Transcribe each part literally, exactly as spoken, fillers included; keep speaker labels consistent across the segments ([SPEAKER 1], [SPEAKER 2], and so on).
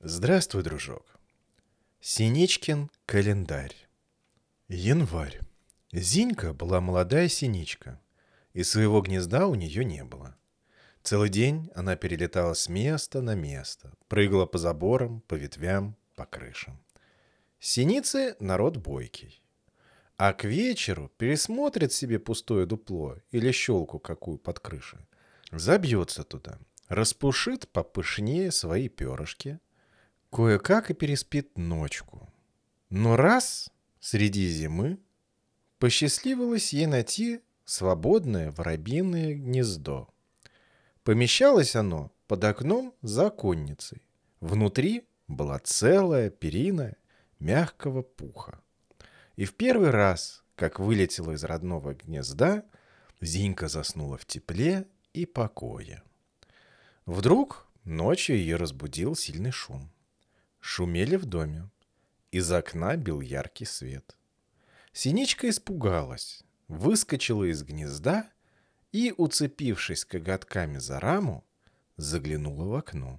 [SPEAKER 1] Здравствуй, дружок. Синичкин календарь. Январь. Зинька была молодая синичка, и своего гнезда у нее не было. Целый день она перелетала с места на место, прыгала по заборам, по ветвям, по крышам. Синицы — народ бойкий. А к вечеру пересмотрит себе пустое дупло или щелку какую под крышей, забьется туда, распушит попышнее свои перышки, кое-как и переспит ночку. Но раз среди зимы посчастливилось ей найти свободное воробьиное гнездо. Помещалось оно под окном за оконницей. Внутри была целая перина мягкого пуха. И в первый раз, как вылетела из родного гнезда, Зинька заснула в тепле и покое. Вдруг ночью ее разбудил сильный шум. Шумели в доме. Из окна бил яркий свет. Синичка испугалась, выскочила из гнезда и, уцепившись коготками за раму, заглянула в окно.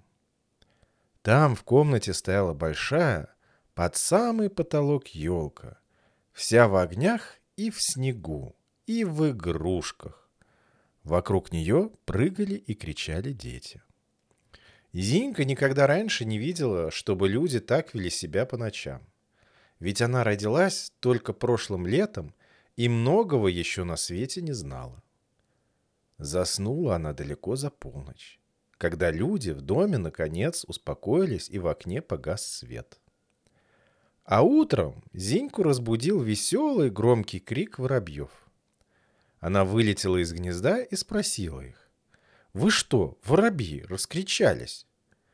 [SPEAKER 1] Там в комнате стояла большая, под самый потолок елка, вся в огнях и в снегу, и в игрушках. Вокруг нее прыгали и кричали дети. Зинька никогда раньше не видела, чтобы люди так вели себя по ночам. Ведь она родилась только прошлым летом и многого еще на свете не знала. Заснула она далеко за полночь, когда люди в доме наконец успокоились и в окне погас свет. А утром Зиньку разбудил веселый громкий крик воробьев. Она вылетела из гнезда и спросила их: «Вы что, воробьи, раскричались?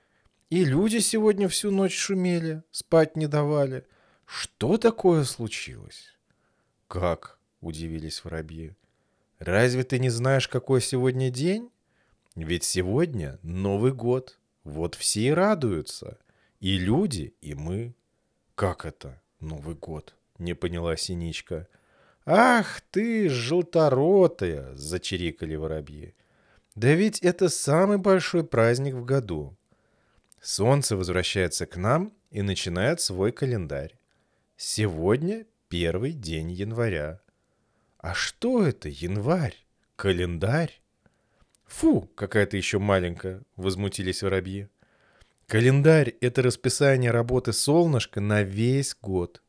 [SPEAKER 1] И люди сегодня всю ночь шумели, спать не давали. Что такое случилось?» «Как?» — удивились воробьи. «Разве ты не знаешь, какой сегодня день? Ведь сегодня Новый год. Вот все и радуются. И люди, и мы». «Как это Новый год?» — не поняла Синичка. «Ах ты, желторотая!» — зачирикали воробьи. «Да ведь это самый большой праздник в году. Солнце возвращается к нам и начинает свой календарь. Сегодня первый день января». «А что это январь? Календарь?» «Фу, какая ты еще маленькая!» — возмутились воробьи. «Календарь — это расписание работы солнышка на весь год.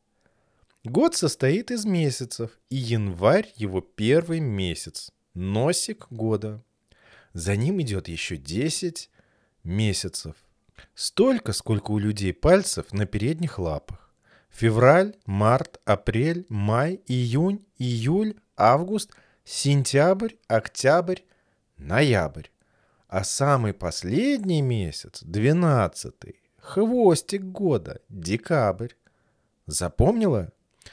[SPEAKER 1] Год состоит из месяцев, и январь — его первый месяц, носик года. За ним идет еще десять месяцев. Столько, сколько у людей пальцев на передних лапах. Февраль, март, апрель, май, июнь, июль, август, сентябрь, октябрь, ноябрь. А самый последний месяц, двенадцатый, хвостик года, декабрь. Запомнила?»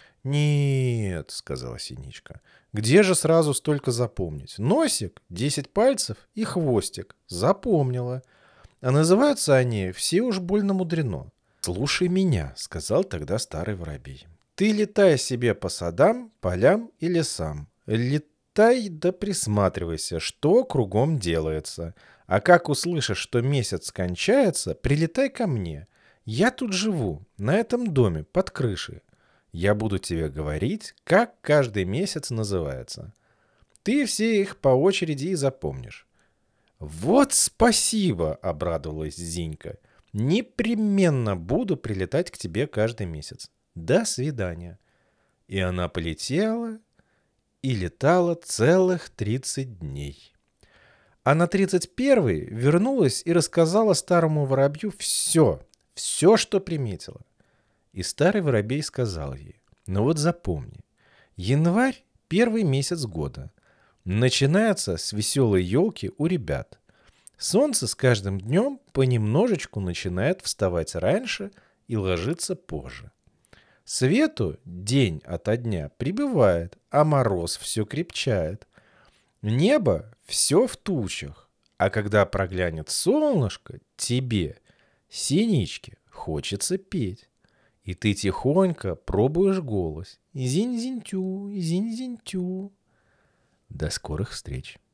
[SPEAKER 1] «Нет», — сказала Синичка. «Где же сразу столько запомнить? Носик, десять пальцев и хвостик. Запомнила. А называются они все уж больно мудрено». «Слушай меня», — сказал тогда старый воробей. «Ты летай себе по садам, полям и лесам. Летай да присматривайся, что кругом делается. А как услышишь, что месяц кончается, прилетай ко мне. Я тут живу, на этом доме, под крышей. Я буду тебе говорить, как каждый месяц называется. Ты все их по очереди и запомнишь». «Вот спасибо!» — обрадовалась Зинька. «Непременно буду прилетать к тебе каждый месяц. До свидания». И она полетела и летала целых тридцать дней. А на тридцать первый вернулась и рассказала старому воробью все, все, что приметила. И старый воробей сказал ей: «Ну вот запомни, январь — первый месяц года. Начинается с веселой елки у ребят. Солнце с каждым днем понемножечку начинает вставать раньше и ложиться позже. Свету день ото дня прибывает, а мороз все крепчает. Небо все в тучах, а когда проглянет солнышко, тебе, синичке, хочется петь. И ты тихонько пробуешь голос. Зинь-зинь-тю, зинь-зинь-тю». До скорых встреч.